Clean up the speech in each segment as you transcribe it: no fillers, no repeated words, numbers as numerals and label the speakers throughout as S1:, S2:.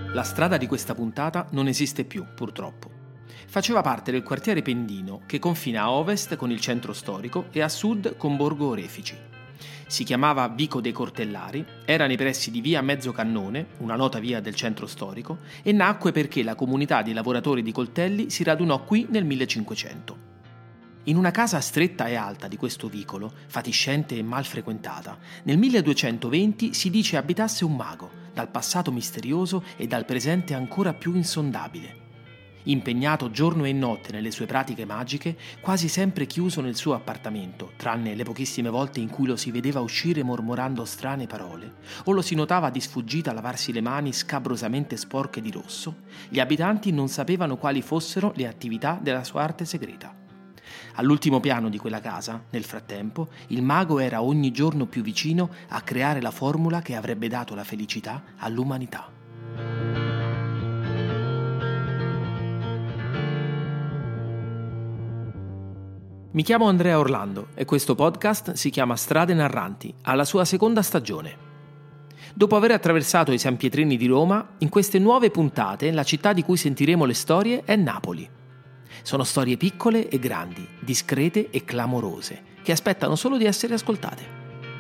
S1: La strada di questa puntata non esiste più, purtroppo. Faceva parte del quartiere Pendino, che confina a ovest con il centro storico e a sud con Borgo Orefici. Si chiamava Vico dei Cortellari, era nei pressi di via Mezzocannone, una nota via del centro storico, e nacque perché la comunità di lavoratori di coltelli si radunò qui nel 1500. In una casa stretta e alta di questo vicolo, fatiscente e mal frequentata, nel 1220 si dice abitasse un mago, dal passato misterioso e dal presente ancora più insondabile. Impegnato giorno e notte nelle sue pratiche magiche, quasi sempre chiuso nel suo appartamento, tranne le pochissime volte in cui lo si vedeva uscire mormorando strane parole, o lo si notava di sfuggita lavarsi le mani scabrosamente sporche di rosso, gli abitanti non sapevano quali fossero le attività della sua arte segreta. All'ultimo piano di quella casa, nel frattempo, il mago era ogni giorno più vicino a creare la formula che avrebbe dato la felicità all'umanità. Mi chiamo Andrea Orlando e questo podcast si chiama Strade Narranti, alla sua seconda stagione. Dopo aver attraversato i San Pietrini di Roma, in queste nuove puntate la città di cui sentiremo le storie è Napoli. Sono storie piccole e grandi, discrete e clamorose, che aspettano solo di essere ascoltate.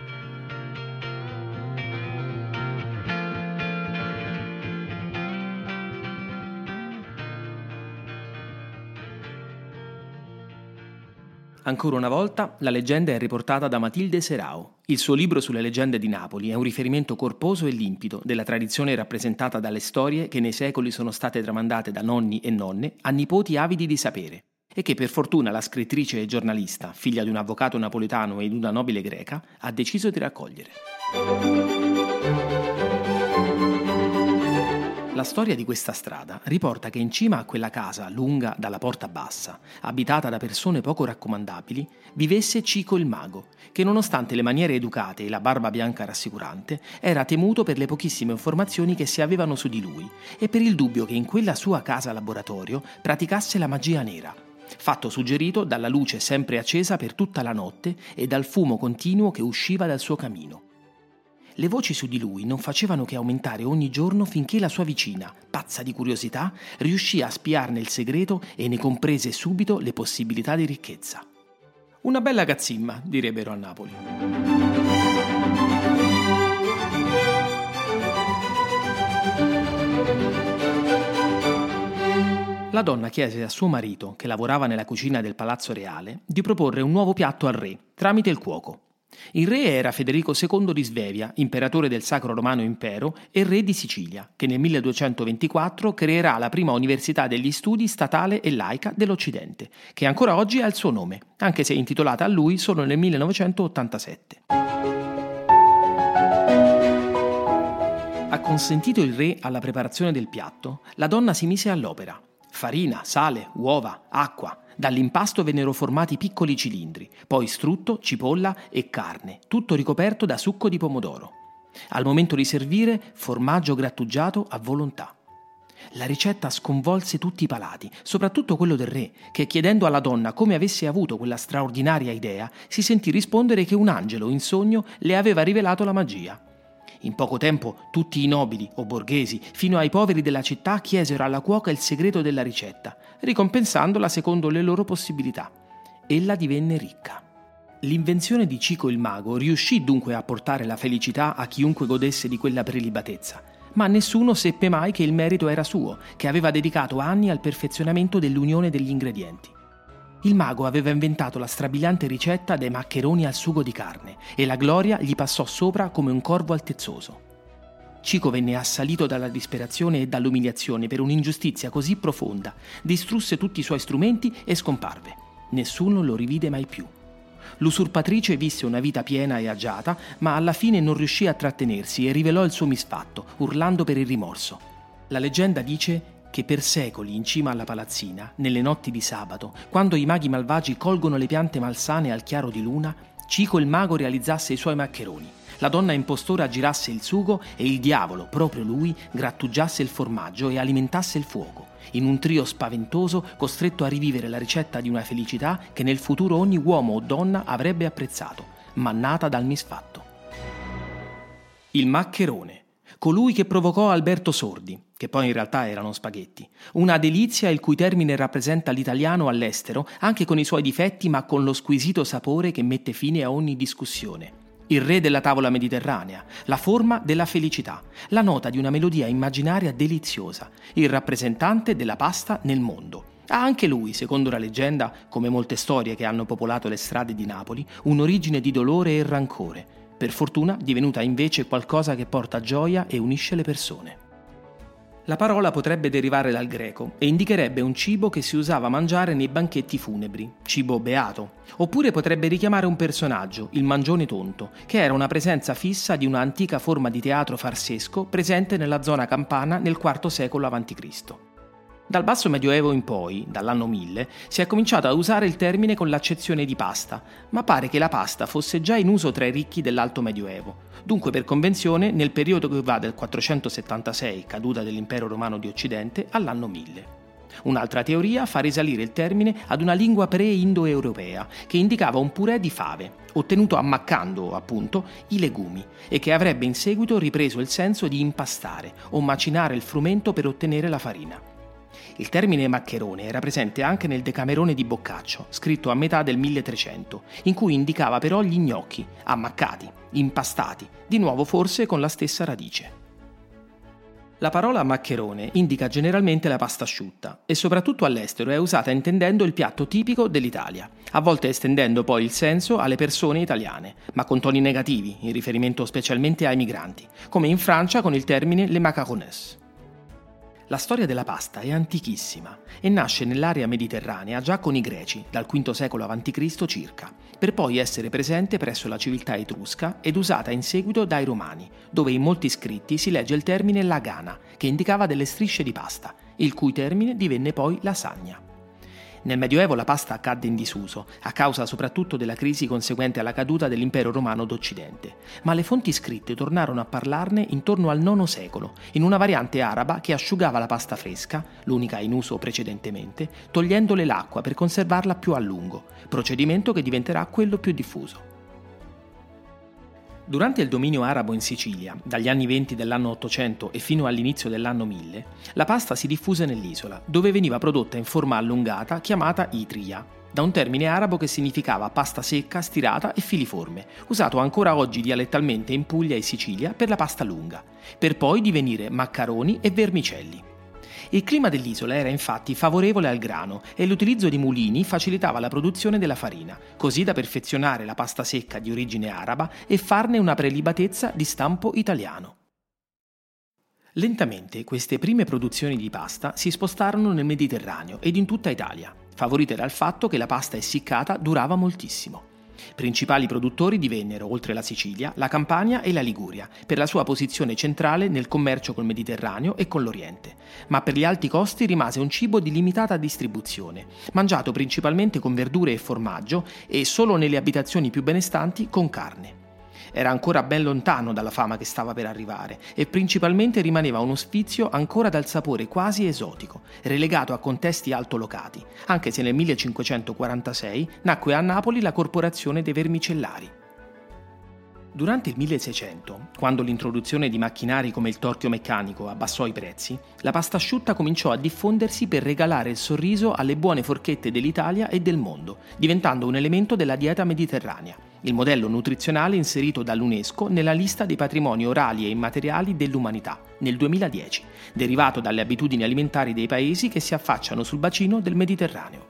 S1: Ancora una volta, la leggenda è riportata da Matilde Serao. Il suo libro sulle leggende di Napoli è un riferimento corposo e limpido della tradizione rappresentata dalle storie che nei secoli sono state tramandate da nonni e nonne a nipoti avidi di sapere e che per fortuna la scrittrice e giornalista, figlia di un avvocato napoletano e di una nobile greca, ha deciso di raccogliere. La storia di questa strada riporta che in cima a quella casa lunga dalla porta bassa, abitata da persone poco raccomandabili, vivesse Cico il mago, che nonostante le maniere educate e la barba bianca rassicurante, era temuto per le pochissime informazioni che si avevano su di lui e per il dubbio che in quella sua casa laboratorio praticasse la magia nera, fatto suggerito dalla luce sempre accesa per tutta la notte e dal fumo continuo che usciva dal suo camino. Le voci su di lui non facevano che aumentare ogni giorno finché la sua vicina, pazza di curiosità, riuscì a spiarne il segreto e ne comprese subito le possibilità di ricchezza. Una bella cazzimma, direbbero a Napoli. La donna chiese a suo marito, che lavorava nella cucina del Palazzo Reale, di proporre un nuovo piatto al re, tramite il cuoco. Il re era Federico II di Svevia, imperatore del Sacro Romano Impero e re di Sicilia, che nel 1224 creerà la prima università degli studi statale e laica dell'Occidente, che ancora oggi ha il suo nome, anche se intitolata a lui solo nel 1987. Acconsentito il re alla preparazione del piatto, la donna si mise all'opera. Farina, sale, uova, acqua. Dall'impasto vennero formati piccoli cilindri, poi strutto, cipolla e carne, tutto ricoperto da succo di pomodoro. Al momento di servire, formaggio grattugiato a volontà. La ricetta sconvolse tutti i palati, soprattutto quello del re, che chiedendo alla donna come avesse avuto quella straordinaria idea, si sentì rispondere che un angelo in sogno le aveva rivelato la magia. In poco tempo tutti i nobili o borghesi, fino ai poveri della città, chiesero alla cuoca il segreto della ricetta, ricompensandola secondo le loro possibilità. Ella divenne ricca. L'invenzione di Cico il mago riuscì dunque a portare la felicità a chiunque godesse di quella prelibatezza, ma nessuno seppe mai che il merito era suo, che aveva dedicato anni al perfezionamento dell'unione degli ingredienti. Il mago aveva inventato la strabiliante ricetta dei maccheroni al sugo di carne e la gloria gli passò sopra come un corvo altezzoso. Cico venne assalito dalla disperazione e dall'umiliazione per un'ingiustizia così profonda, distrusse tutti i suoi strumenti e scomparve. Nessuno lo rivide mai più. L'usurpatrice visse una vita piena e agiata, ma alla fine non riuscì a trattenersi e rivelò il suo misfatto, urlando per il rimorso. La leggenda dice che per secoli in cima alla palazzina, nelle notti di sabato, quando i maghi malvagi colgono le piante malsane al chiaro di luna, Cico il mago realizzasse i suoi maccheroni. La donna impostora girasse il sugo e il diavolo, proprio lui, grattugiasse il formaggio e alimentasse il fuoco, in un trio spaventoso costretto a rivivere la ricetta di una felicità che nel futuro ogni uomo o donna avrebbe apprezzato, ma nata dal misfatto. Il maccherone. Colui che provocò Alberto Sordi, che poi in realtà erano spaghetti. Una delizia il cui termine rappresenta l'italiano all'estero, anche con i suoi difetti ma con lo squisito sapore che mette fine a ogni discussione. Il re della tavola mediterranea, la forma della felicità, la nota di una melodia immaginaria deliziosa, il rappresentante della pasta nel mondo. Ha anche lui, secondo la leggenda, come molte storie che hanno popolato le strade di Napoli, un'origine di dolore e rancore, per fortuna divenuta invece qualcosa che porta gioia e unisce le persone. La parola potrebbe derivare dal greco e indicherebbe un cibo che si usava a mangiare nei banchetti funebri, cibo beato, oppure potrebbe richiamare un personaggio, il mangione tonto, che era una presenza fissa di una antica forma di teatro farsesco presente nella zona campana nel IV secolo a.C. Dal basso medioevo in poi, dall'anno 1000, si è cominciato a usare il termine con l'accezione di pasta, ma pare che la pasta fosse già in uso tra i ricchi dell'alto medioevo, dunque per convenzione nel periodo che va dal 476, caduta dell'impero romano di Occidente, all'anno 1000. Un'altra teoria fa risalire il termine ad una lingua pre-indoeuropea che indicava un purè di fave, ottenuto ammaccando, appunto, i legumi, e che avrebbe in seguito ripreso il senso di impastare o macinare il frumento per ottenere la farina. Il termine maccherone era presente anche nel Decamerone di Boccaccio, scritto a metà del 1300, in cui indicava però gli gnocchi, ammaccati, impastati, di nuovo forse con la stessa radice. La parola maccherone indica generalmente la pasta asciutta e soprattutto all'estero è usata intendendo il piatto tipico dell'Italia, a volte estendendo poi il senso alle persone italiane, ma con toni negativi, in riferimento specialmente ai migranti, come in Francia con il termine les macarones. La storia della pasta è antichissima e nasce nell'area mediterranea già con i greci, dal V secolo a.C. circa, per poi essere presente presso la civiltà etrusca ed usata in seguito dai romani, dove in molti scritti si legge il termine lagana, che indicava delle strisce di pasta, il cui termine divenne poi lasagna. Nel Medioevo la pasta cadde in disuso, a causa soprattutto della crisi conseguente alla caduta dell'impero romano d'Occidente, ma le fonti scritte tornarono a parlarne intorno al IX secolo, in una variante araba che asciugava la pasta fresca, l'unica in uso precedentemente, togliendole l'acqua per conservarla più a lungo, procedimento che diventerà quello più diffuso. Durante il dominio arabo in Sicilia, dagli anni 20 dell'anno 800 e fino all'inizio dell'anno 1000, la pasta si diffuse nell'isola, dove veniva prodotta in forma allungata chiamata itria, da un termine arabo che significava pasta secca, stirata e filiforme, usato ancora oggi dialettalmente in Puglia e Sicilia per la pasta lunga, per poi divenire maccaroni e vermicelli. Il clima dell'isola era infatti favorevole al grano e l'utilizzo di mulini facilitava la produzione della farina, così da perfezionare la pasta secca di origine araba e farne una prelibatezza di stampo italiano. Lentamente queste prime produzioni di pasta si spostarono nel Mediterraneo ed in tutta Italia, favorite dal fatto che la pasta essiccata durava moltissimo. Principali produttori divennero, oltre la Sicilia, la Campania e la Liguria, per la sua posizione centrale nel commercio col Mediterraneo e con l'Oriente, ma per gli alti costi rimase un cibo di limitata distribuzione, mangiato principalmente con verdure e formaggio e solo nelle abitazioni più benestanti con carne. Era ancora ben lontano dalla fama che stava per arrivare e principalmente rimaneva uno sfizio ancora dal sapore quasi esotico, relegato a contesti altolocati, anche se nel 1546 nacque a Napoli la Corporazione dei Vermicellari. Durante il 1600, quando l'introduzione di macchinari come il torchio meccanico abbassò i prezzi, la pasta asciutta cominciò a diffondersi per regalare il sorriso alle buone forchette dell'Italia e del mondo, diventando un elemento della dieta mediterranea, il modello nutrizionale inserito dall'UNESCO nella lista dei patrimoni orali e immateriali dell'umanità nel 2010, derivato dalle abitudini alimentari dei paesi che si affacciano sul bacino del Mediterraneo.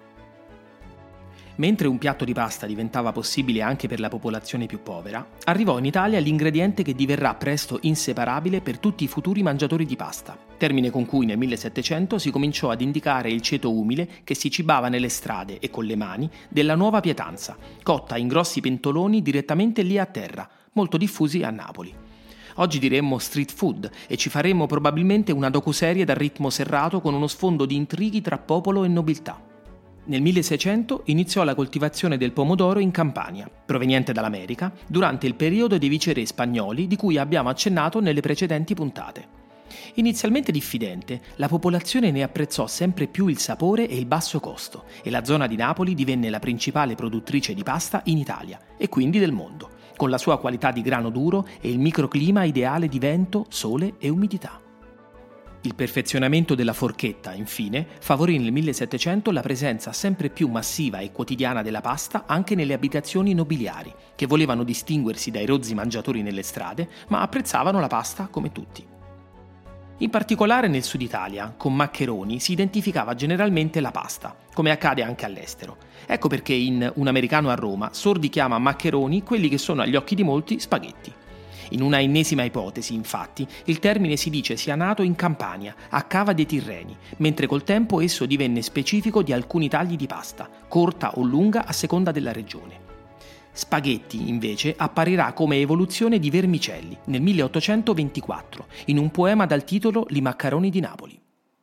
S1: Mentre un piatto di pasta diventava possibile anche per la popolazione più povera, arrivò in Italia l'ingrediente che diverrà presto inseparabile per tutti i futuri mangiatori di pasta, termine con cui nel 1700 si cominciò ad indicare il ceto umile che si cibava nelle strade e con le mani della nuova pietanza, cotta in grossi pentoloni direttamente lì a terra, molto diffusi a Napoli. Oggi diremmo street food e ci faremmo probabilmente una docuserie dal ritmo serrato con uno sfondo di intrighi tra popolo e nobiltà. Nel 1600 iniziò la coltivazione del pomodoro in Campania, proveniente dall'America, durante il periodo dei viceré spagnoli di cui abbiamo accennato nelle precedenti puntate. Inizialmente diffidente, la popolazione ne apprezzò sempre più il sapore e il basso costo e la zona di Napoli divenne la principale produttrice di pasta in Italia e quindi del mondo, con la sua qualità di grano duro e il microclima ideale di vento, sole e umidità. Il perfezionamento della forchetta, infine, favorì nel 1700 la presenza sempre più massiva e quotidiana della pasta anche nelle abitazioni nobiliari, che volevano distinguersi dai rozzi mangiatori nelle strade, ma apprezzavano la pasta come tutti. In particolare nel sud Italia, con maccheroni si identificava generalmente la pasta, come accade anche all'estero. Ecco perché in Un americano a Roma Sordi chiama maccheroni quelli che sono agli occhi di molti spaghetti. In una ennesima ipotesi, infatti, il termine si dice sia nato in Campania, a Cava dei Tirreni, mentre col tempo esso divenne specifico di alcuni tagli di pasta, corta o lunga a seconda della regione. Spaghetti, invece, apparirà come evoluzione di vermicelli nel 1824, in un poema dal titolo I maccheroni di Napoli.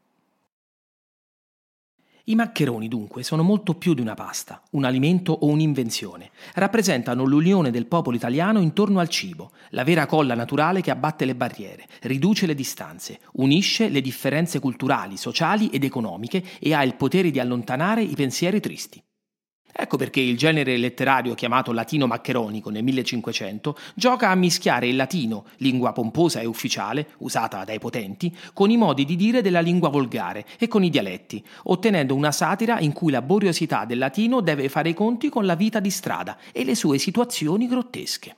S1: I maccheroni, dunque, sono molto più di una pasta, un alimento o un'invenzione. Rappresentano l'unione del popolo italiano intorno al cibo, la vera colla naturale che abbatte le barriere, riduce le distanze, unisce le differenze culturali, sociali ed economiche e ha il potere di allontanare i pensieri tristi. Ecco perché il genere letterario chiamato latino maccheronico nel 1500 gioca a mischiare il latino, lingua pomposa e ufficiale, usata dai potenti, con i modi di dire della lingua volgare e con i dialetti, ottenendo una satira in cui la laboriosità del latino deve fare i conti con la vita di strada e le sue situazioni grottesche.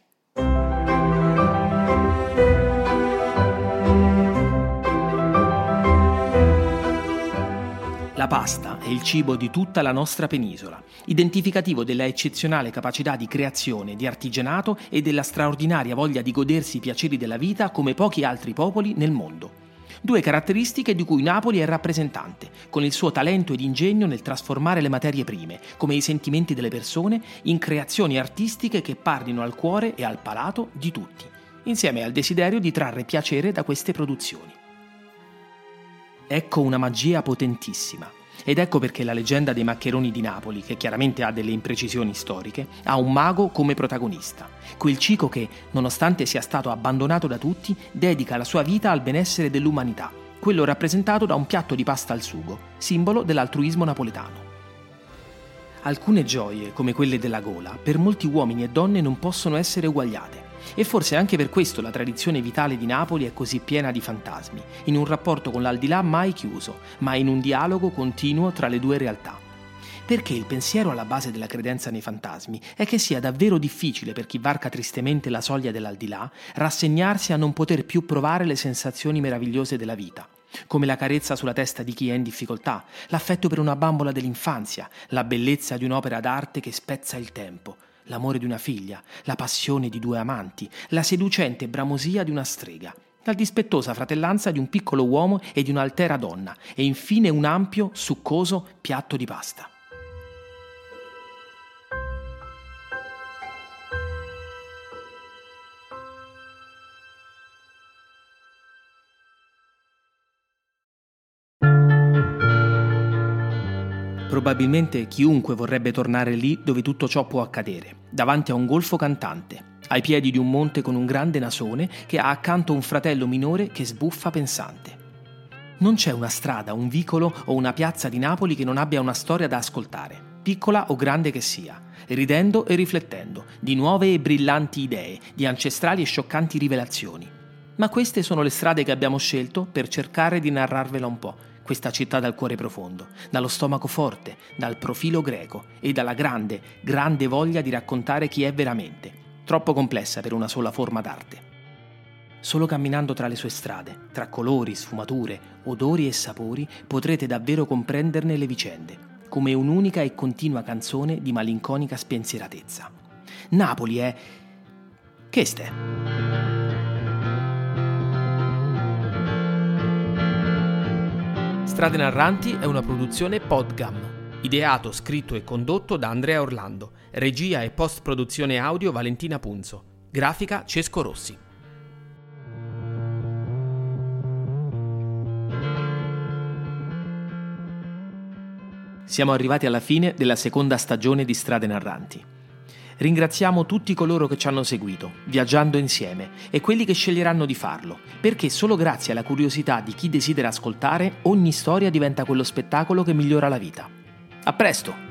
S1: La pasta è il cibo di tutta la nostra penisola, identificativo della eccezionale capacità di creazione, di artigianato e della straordinaria voglia di godersi i piaceri della vita come pochi altri popoli nel mondo. Due caratteristiche di cui Napoli è rappresentante, con il suo talento ed ingegno nel trasformare le materie prime, come i sentimenti delle persone, in creazioni artistiche che parlino al cuore e al palato di tutti, insieme al desiderio di trarre piacere da queste produzioni. Ecco una magia potentissima. Ed ecco perché la leggenda dei maccheroni di Napoli, che chiaramente ha delle imprecisioni storiche, ha un mago come protagonista. Quel cico che, nonostante sia stato abbandonato da tutti, dedica la sua vita al benessere dell'umanità, quello rappresentato da un piatto di pasta al sugo, simbolo dell'altruismo napoletano. Alcune gioie, come quelle della gola, per molti uomini e donne non possono essere uguagliate. E forse anche per questo la tradizione vitale di Napoli è così piena di fantasmi, in un rapporto con l'aldilà mai chiuso, ma in un dialogo continuo tra le due realtà. Perché il pensiero alla base della credenza nei fantasmi è che sia davvero difficile per chi varca tristemente la soglia dell'aldilà rassegnarsi a non poter più provare le sensazioni meravigliose della vita, come la carezza sulla testa di chi è in difficoltà, l'affetto per una bambola dell'infanzia, la bellezza di un'opera d'arte che spezza il tempo, l'amore di una figlia, la passione di due amanti, la seducente bramosia di una strega, la dispettosa fratellanza di un piccolo uomo e di un'altera donna, e infine un ampio, succoso piatto di pasta. Probabilmente chiunque vorrebbe tornare lì dove tutto ciò può accadere, davanti a un golfo cantante, ai piedi di un monte con un grande nasone che ha accanto un fratello minore che sbuffa pensante. Non c'è una strada, un vicolo o una piazza di Napoli che non abbia una storia da ascoltare, piccola o grande che sia, ridendo e riflettendo, di nuove e brillanti idee, di ancestrali e scioccanti rivelazioni. Ma queste sono le strade che abbiamo scelto per cercare di narrarvela un po', questa città dal cuore profondo, dallo stomaco forte, dal profilo greco e dalla grande, grande voglia di raccontare chi è veramente, troppo complessa per una sola forma d'arte. Solo camminando tra le sue strade, tra colori, sfumature, odori e sapori, potrete davvero comprenderne le vicende, come un'unica e continua canzone di malinconica spensieratezza. Napoli è... Che ste? Strade Narranti è una produzione Podgam, ideato, scritto e condotto da Andrea Orlando, regia e post-produzione audio Valentina Punzo, grafica Cesco Rossi. Siamo arrivati alla fine della seconda stagione di Strade Narranti. Ringraziamo tutti coloro che ci hanno seguito, viaggiando insieme, e quelli che sceglieranno di farlo, perché solo grazie alla curiosità di chi desidera ascoltare, ogni storia diventa quello spettacolo che migliora la vita. A presto!